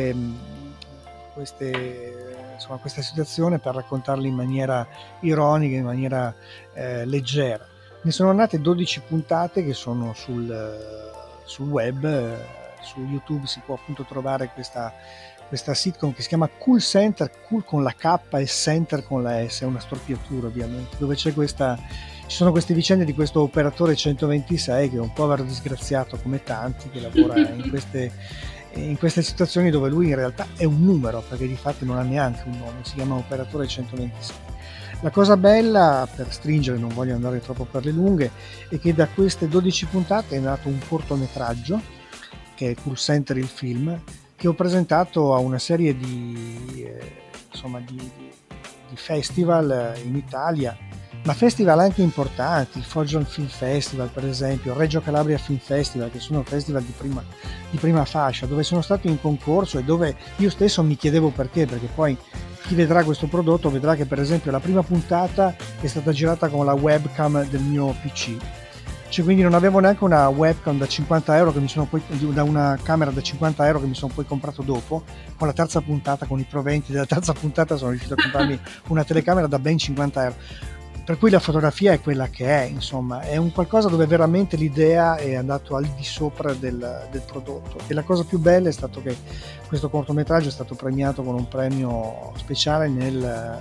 situazione per raccontarla in maniera ironica, in maniera leggera. Ne sono nate 12 puntate che sono sul web, su YouTube si può appunto trovare questa sitcom che si chiama Cool Center, cool con la K e center con la S, è una storpiatura ovviamente, dove ci sono queste vicende di questo operatore 126 che è un povero disgraziato come tanti, che lavora in queste situazioni dove lui in realtà è un numero, perché di fatto non ha neanche un nome, si chiama operatore 126. La cosa bella, per stringere, non voglio andare troppo per le lunghe, è che da queste 12 puntate è nato un cortometraggio che è Cool Center il film, che ho presentato a una serie di festival in Italia, ma festival anche importanti, il Foggian Film Festival per esempio, il Reggio Calabria Film Festival, che sono festival di prima fascia, dove sono stato in concorso e dove io stesso mi chiedevo perché poi chi vedrà questo prodotto vedrà che per esempio la prima puntata è stata girata con la webcam del mio PC, cioè quindi non avevo neanche una webcam da 50 euro che mi sono poi, da una camera da 50 euro che mi sono poi comprato dopo. Con la terza puntata, con i proventi della terza puntata, sono riuscito a comprarmi una telecamera da ben 50 euro, per cui la fotografia è quella che è, insomma è un qualcosa dove veramente l'idea è andato al di sopra del prodotto. E la cosa più bella è stato che questo cortometraggio è stato premiato con un premio speciale nel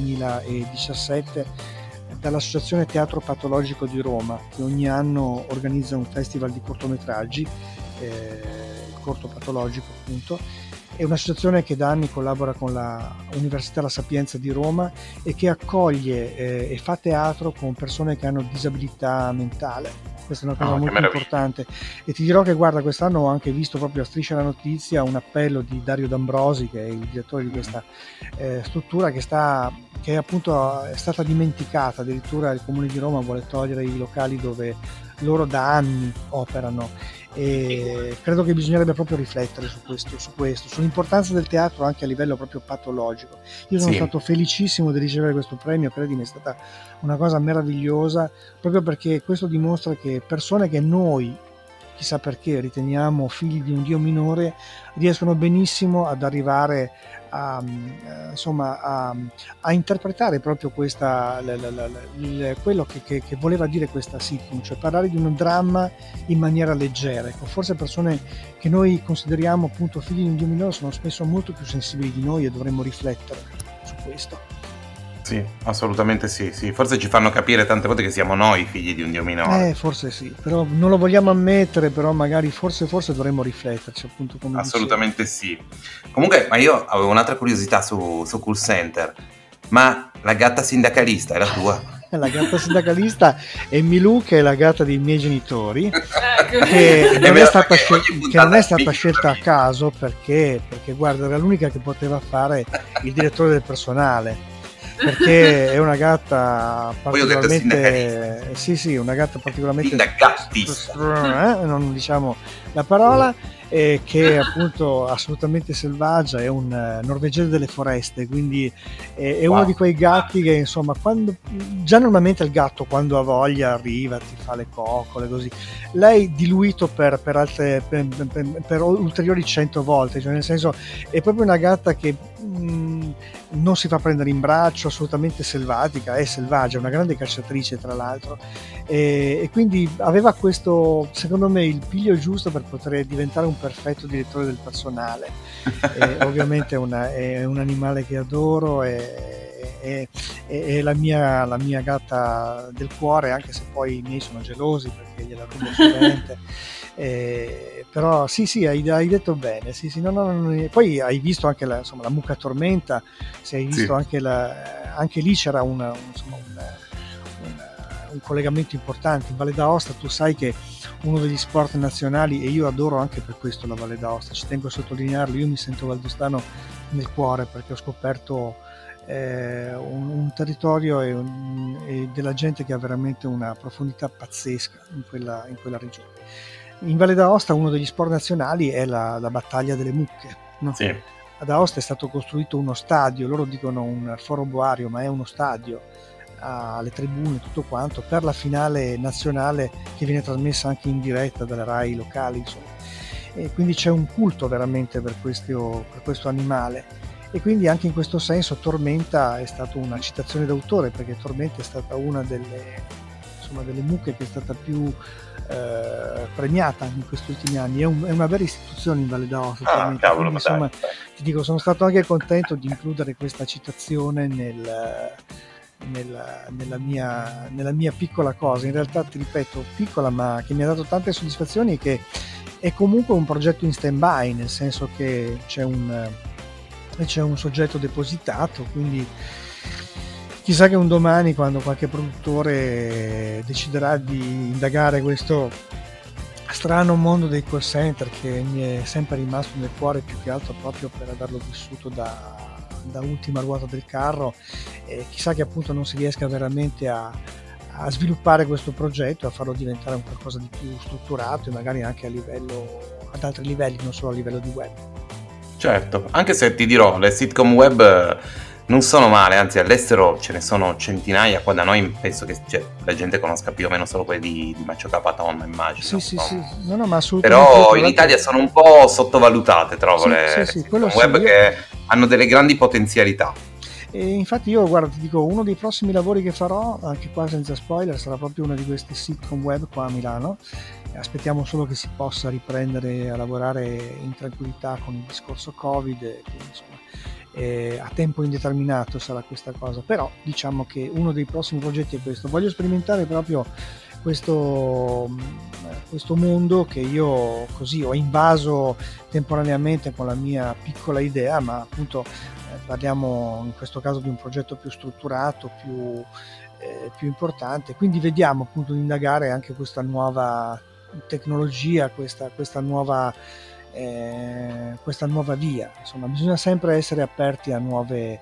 2017 dall'Associazione Teatro Patologico di Roma, che ogni anno organizza un festival di cortometraggi, Corto Patologico appunto. È un'associazione che da anni collabora con la Università La Sapienza di Roma e che accoglie e fa teatro con persone che hanno disabilità mentale. Questa è una cosa molto importante, e ti dirò che guarda, quest'anno ho anche visto proprio a Striscia la Notizia un appello di Dario D'Ambrosi, che è il direttore di questa struttura, che appunto è stata dimenticata. Addirittura il Comune di Roma vuole togliere i locali dove loro da anni operano, e credo che bisognerebbe proprio riflettere su questo, sull'importanza del teatro anche a livello proprio patologico. Io sono stato felicissimo di ricevere questo premio, credimi, è stata una cosa meravigliosa, proprio perché questo dimostra che persone che noi, chissà perché, riteniamo figli di un Dio minore, riescono benissimo ad arrivare a interpretare proprio questa quello che voleva dire questa sitcom, cioè parlare di un dramma in maniera leggera. Ecco, forse persone che noi consideriamo appunto figli di un Dio minore sono spesso molto più sensibili di noi e dovremmo riflettere su questo. Sì, assolutamente sì. Forse ci fanno capire tante volte che siamo noi figli di un Dio minore. Forse sì, però non lo vogliamo ammettere, però magari forse dovremmo rifletterci, appunto, come assolutamente dicevo. Sì. Comunque, ma io avevo un'altra curiosità su Cool Center. Ma la gatta sindacalista è la tua? La gatta sindacalista è Milù, che è la gatta dei miei genitori, che non è stata scelta a caso, perché guarda, era l'unica che poteva fare il direttore del personale, perché è una gatta particolarmente una gatta particolarmente non diciamo la parola, che è appunto assolutamente selvaggia, è un norvegese delle foreste, quindi è uno di quei gatti che insomma già normalmente il gatto quando ha voglia arriva, ti fa le coccole così, lei diluito per ulteriori 100 volte, cioè nel senso è proprio una gatta che non si fa prendere in braccio, assolutamente selvatica, è selvaggia, una grande cacciatrice tra l'altro, e quindi aveva questo, secondo me, il piglio giusto per poter diventare un perfetto direttore del personale. Ovviamente è un animale che adoro, è la mia gatta del cuore, anche se poi i miei sono gelosi perché gliela rubo sovente. Però sì, hai detto bene, sì, no. Poi hai visto anche la mucca tormenta, se hai visto anche lì c'era un collegamento importante. In Valle d'Aosta tu sai che uno degli sport nazionali, e io adoro anche per questo la Valle d'Aosta, ci tengo a sottolinearlo, io mi sento valdostano nel cuore perché ho scoperto un territorio e della gente che ha veramente una profondità pazzesca in quella regione. In Valle d'Aosta uno degli sport nazionali è la battaglia delle mucche, no? Sì. Ad Aosta è stato costruito uno stadio, loro dicono un foro boario, ma è uno stadio, alle tribune, tutto quanto, per la finale nazionale che viene trasmessa anche in diretta dalle RAI locali, insomma. E quindi c'è un culto veramente per questo animale, e quindi anche in questo senso Tormenta è stata una citazione d'autore, perché Tormenta è stata una delle mucche che è stata più premiata in questi ultimi anni. È una vera istituzione in Valle d'Aosta. Cavolo, quindi, insomma, ti dico, sono stato anche contento di includere questa citazione nella mia piccola cosa, in realtà ti ripeto piccola, ma che mi ha dato tante soddisfazioni, e che è comunque un progetto in stand-by, nel senso che c'è un soggetto depositato, quindi chissà che un domani, quando qualche produttore deciderà di indagare questo strano mondo dei call center, che mi è sempre rimasto nel cuore, più che altro proprio per averlo vissuto da da ultima ruota del carro, chissà che appunto non si riesca veramente a sviluppare questo progetto, a farlo diventare un qualcosa di più strutturato e magari anche ad altri livelli, non solo a livello di web. Certo, anche se ti dirò, le sitcom web non sono male, anzi all'estero ce ne sono centinaia, qua da noi penso che la gente conosca più o meno solo quelle di Maccio Capaton, immagino. Sì. No, ma assolutamente. Però in Italia sono un po' sottovalutate, trovo, le sitcom web che hanno delle grandi potenzialità. E infatti io, guarda, ti dico, uno dei prossimi lavori che farò, anche qua senza spoiler, sarà proprio una di queste sitcom web qua a Milano. Aspettiamo solo che si possa riprendere a lavorare in tranquillità con il discorso Covid, quindi, insomma, a tempo indeterminato sarà questa cosa, però diciamo che uno dei prossimi progetti è questo. Voglio sperimentare proprio questo mondo che io così ho invaso temporaneamente con la mia piccola idea, ma appunto parliamo in questo caso di un progetto più strutturato, più importante, quindi vediamo appunto di indagare anche questa nuova tecnologia, questa nuova via. Insomma, bisogna sempre essere aperti a nuove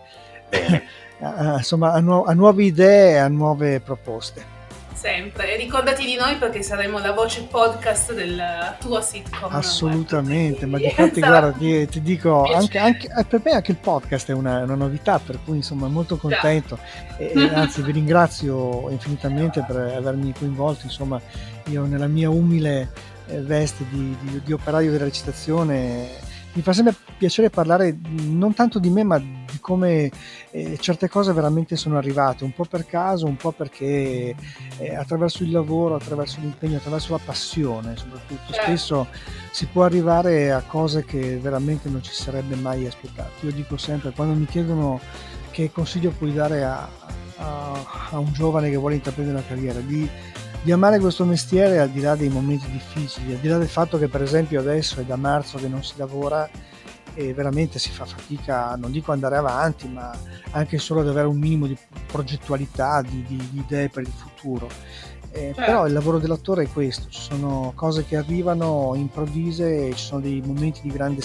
a nuove idee, a nuove proposte. Sempre, e ricordati di noi perché saremo la voce podcast della tua sitcom. Assolutamente, ma difatti guarda, ti dico, anche per me anche il podcast è una novità, per cui insomma molto contento e anzi vi ringrazio infinitamente per avermi coinvolto. Insomma, io nella mia umile veste di operaio della recitazione mi fa sempre piacere parlare non tanto di me, ma di come certe cose veramente sono arrivate, un po' per caso, un po' perché attraverso il lavoro, attraverso l'impegno, attraverso la passione soprattutto, spesso si può arrivare a cose che veramente non ci sarebbe mai aspettato. Io dico sempre, quando mi chiedono che consiglio puoi dare a un giovane che vuole intraprendere una carriera, di amare questo mestiere al di là dei momenti difficili, al di là del fatto che per esempio adesso è da marzo che non si lavora e veramente si fa fatica, non dico andare avanti, ma anche solo ad avere un minimo di progettualità, di idee per il futuro. Però il lavoro dell'attore è questo, ci sono cose che arrivano improvvise, ci sono dei momenti di grande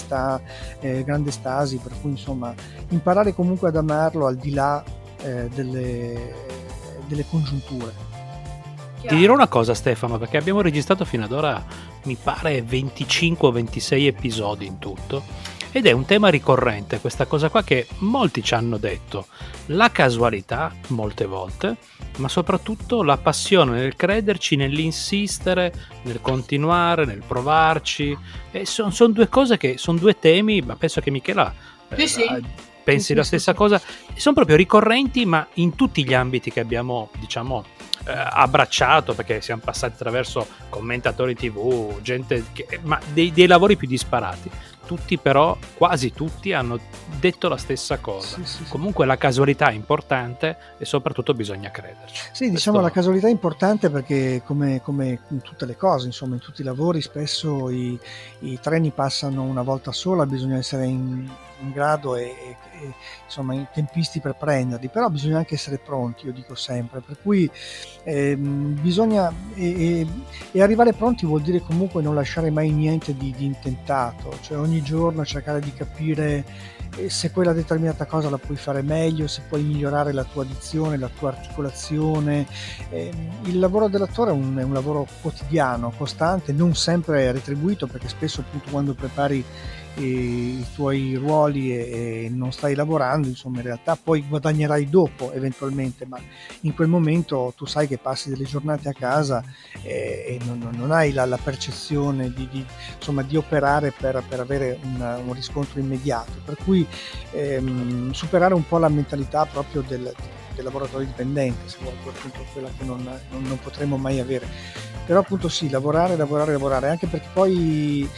stasi, per cui insomma imparare comunque ad amarlo al di là delle congiunture. Ti dirò una cosa, Stefano, perché abbiamo registrato fino ad ora, mi pare, 25 o 26 episodi in tutto, ed è un tema ricorrente, questa cosa qua che molti ci hanno detto, la casualità molte volte, ma soprattutto la passione nel crederci, nell'insistere, nel continuare, nel provarci, e sono due cose che, sono due temi, ma penso che Michela pensi la stessa cosa, sono proprio ricorrenti, ma in tutti gli ambiti che abbiamo, diciamo, abbracciato, perché siamo passati attraverso commentatori TV, gente ma dei lavori più disparati. Tutti però, quasi tutti, hanno detto la stessa cosa. Comunque la casualità è importante e soprattutto bisogna crederci. Sì, diciamo la casualità è importante perché come in tutte le cose, insomma, in tutti i lavori spesso i treni passano una volta sola, bisogna essere in grado e insomma in tempisti per prenderli, però bisogna anche essere pronti, io dico sempre, per cui bisogna e arrivare pronti vuol dire comunque non lasciare mai niente di intentato, cioè ogni giorno cercare di capire se quella determinata cosa la puoi fare meglio, se puoi migliorare la tua dizione, la tua articolazione. Il lavoro dell'attore è un lavoro quotidiano, costante, non sempre retribuito, perché spesso appunto quando prepari i tuoi ruoli e non stai lavorando, insomma in realtà poi guadagnerai dopo eventualmente, ma in quel momento tu sai che passi delle giornate a casa e non hai la percezione di operare per avere un riscontro immediato, per cui superare un po' la mentalità proprio del lavoratore dipendente, se vuoi, appunto quella che non potremo mai avere, però appunto sì, lavorare, anche perché poi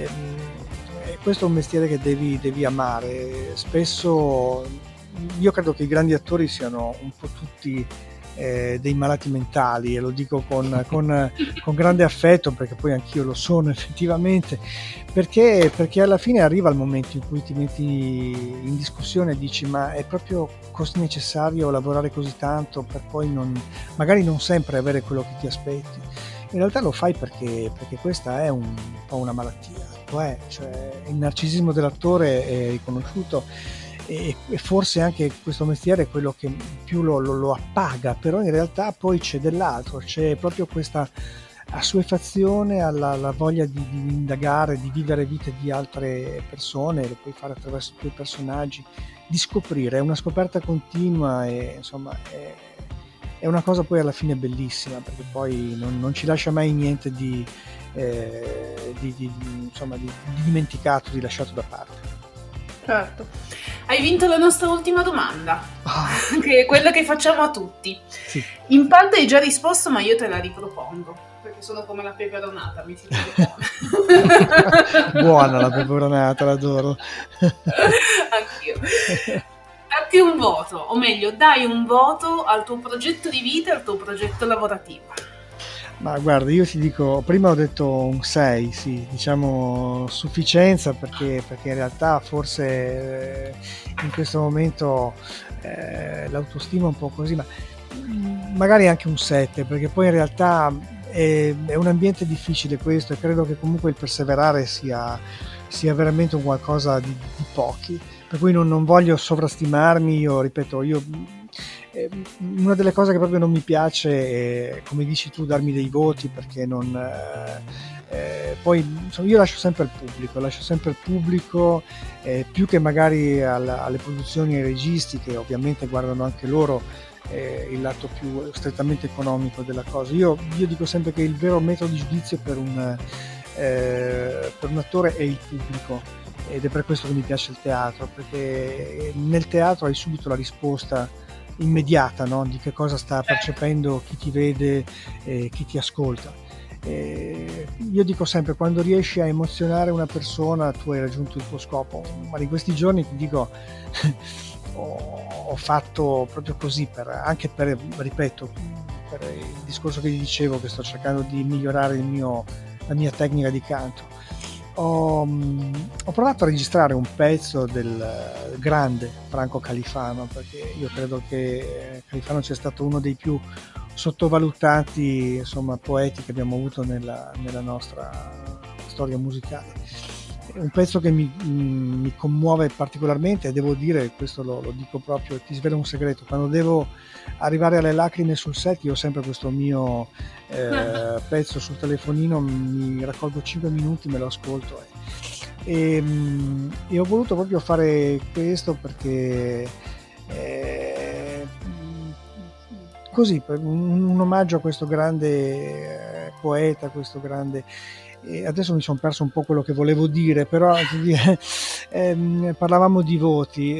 questo è un mestiere che devi amare. Spesso io credo che i grandi attori siano un po' tutti dei malati mentali, e lo dico con grande affetto, perché poi anch'io lo sono effettivamente, perché alla fine arriva il momento in cui ti metti in discussione e dici: ma è proprio così necessario lavorare così tanto per poi magari non sempre avere quello che ti aspetti? In realtà lo fai perché questa è un po' una malattia, cioè il narcisismo dell'attore è riconosciuto e forse anche questo mestiere è quello che più lo appaga, però in realtà poi c'è dell'altro, c'è proprio questa assuefazione alla voglia di indagare, di vivere vite di altre persone, lo puoi fare attraverso i tuoi personaggi, di scoprire, è una scoperta continua e insomma è una cosa poi alla fine bellissima, perché poi non ci lascia mai niente di dimenticato, di lasciato da parte. Certo. Hai vinto la nostra ultima domanda, che è quella che facciamo a tutti. Sì. In parte hai già risposto, ma io te la ripropongo, perché sono come la peperonata, mi si Buona la peperonata, l'adoro. Anch'io. Datti un voto, o meglio, dai un voto al tuo progetto di vita e al tuo progetto lavorativo. Ma guarda, io ti dico, prima ho detto un 6, sì, diciamo sufficienza, perché in realtà forse in questo momento l'autostima è un po' così, ma magari anche un 7, perché poi in realtà è un ambiente difficile questo, e credo che comunque il perseverare sia veramente un qualcosa di pochi, per cui non voglio sovrastimarmi. Io ripeto, una delle cose che proprio non mi piace è, come dici tu, darmi dei voti, perché poi insomma, io lascio sempre al pubblico, più che magari alle produzioni e ai registi, che ovviamente guardano anche loro il lato più strettamente economico della cosa. Io dico sempre che il vero metodo di giudizio per un attore è il pubblico, ed è per questo che mi piace il teatro, perché nel teatro hai subito la risposta immediata, no? Di che cosa sta percependo chi ti vede, chi ti ascolta. Io dico sempre, quando riesci a emozionare una persona tu hai raggiunto il tuo scopo, ma in questi giorni ti dico ho fatto proprio così, anche per, ripeto, per il discorso che vi dicevo, che sto cercando di migliorare la mia tecnica di canto. Ho provato a registrare un pezzo del grande Franco Califano, perché io credo che Califano sia stato uno dei più sottovalutati, insomma, poeti che abbiamo avuto nella nostra storia musicale. È un pezzo che mi commuove particolarmente, e devo dire, questo lo dico proprio, ti svelo un segreto: quando devo arrivare alle lacrime sul set, io ho sempre questo mio pezzo sul telefonino, mi raccolgo 5 minuti, me lo ascolto e ho voluto proprio fare questo, perché così, un omaggio a questo grande poeta, questo grande. Adesso mi sono perso un po' quello che volevo dire, però parlavamo di voti,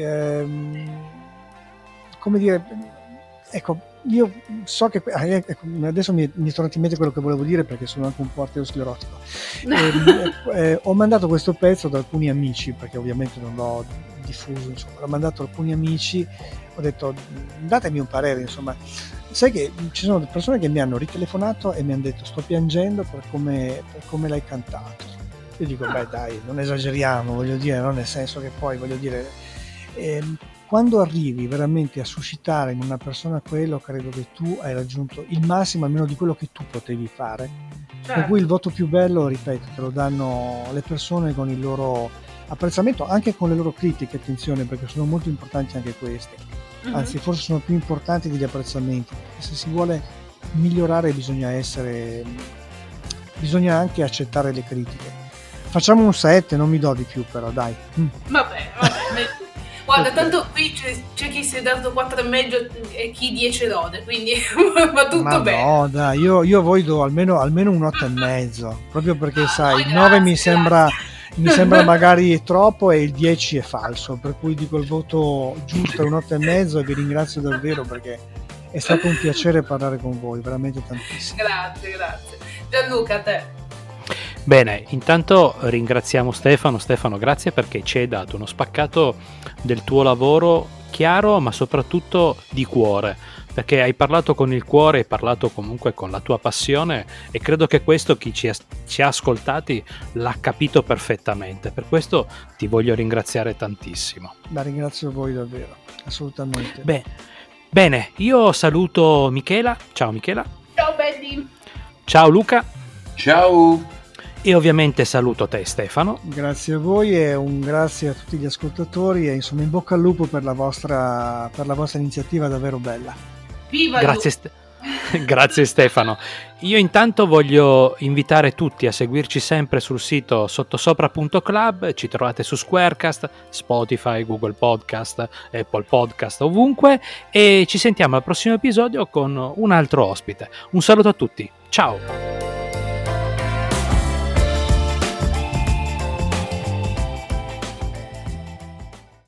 come dire, ecco, io so che adesso mi è tornato in mente quello che volevo dire, perché sono anche un po' arteriosclerotico. Ho mandato questo pezzo ad alcuni amici, perché ovviamente non l'ho diffuso, insomma, l'ho mandato ad alcuni amici, ho detto datemi un parere, insomma. Sai che ci sono persone che mi hanno ritelefonato e mi hanno detto sto piangendo per come l'hai cantato. Io dico beh dai, non esageriamo, voglio dire, no? Nel senso che poi voglio dire, quando arrivi veramente a suscitare in una persona quello, credo che tu hai raggiunto il massimo almeno di quello che tu potevi fare. Certo. Per cui il voto più bello, ripeto, te lo danno le persone con il loro apprezzamento, anche con le loro critiche, attenzione, perché sono molto importanti anche queste. Anzi, forse sono più importanti degli apprezzamenti, perché se si vuole migliorare bisogna anche accettare le critiche. Facciamo un 7, non mi do di più, però dai. Vabbè. Guarda, tanto qui c'è chi si è dato 4,5 e chi 10 lode, quindi va tutto bene. No, dai, io a voi do almeno un 8,5, proprio perché sai, il 9 mi sembra magari troppo e il 10 è falso, per cui dico il voto giusto è un 8,5 e vi ringrazio davvero, perché è stato un piacere parlare con voi, veramente tantissimo. Grazie. Gianluca, a te. Bene, intanto ringraziamo Stefano. Stefano, grazie, perché ci hai dato uno spaccato del tuo lavoro chiaro, ma soprattutto di cuore, perché hai parlato con il cuore, hai parlato comunque con la tua passione, e credo che questo chi ci ha ascoltati l'ha capito perfettamente. Per questo ti voglio ringraziare tantissimo. Ma ringrazio voi davvero, assolutamente. Bene, io saluto Michela. Ciao Michela. Ciao belli. Ciao Luca. Ciao. E ovviamente saluto te, Stefano. Grazie a voi e un grazie a tutti gli ascoltatori e insomma in bocca al lupo per la vostra iniziativa davvero bella. Viva Grazie Stefano. Io intanto voglio invitare tutti a seguirci sempre sul sito sottosopra.club, ci trovate su Squarecast, Spotify, Google Podcast, Apple Podcast, ovunque, e ci sentiamo al prossimo episodio con un altro ospite. Un saluto a tutti, ciao!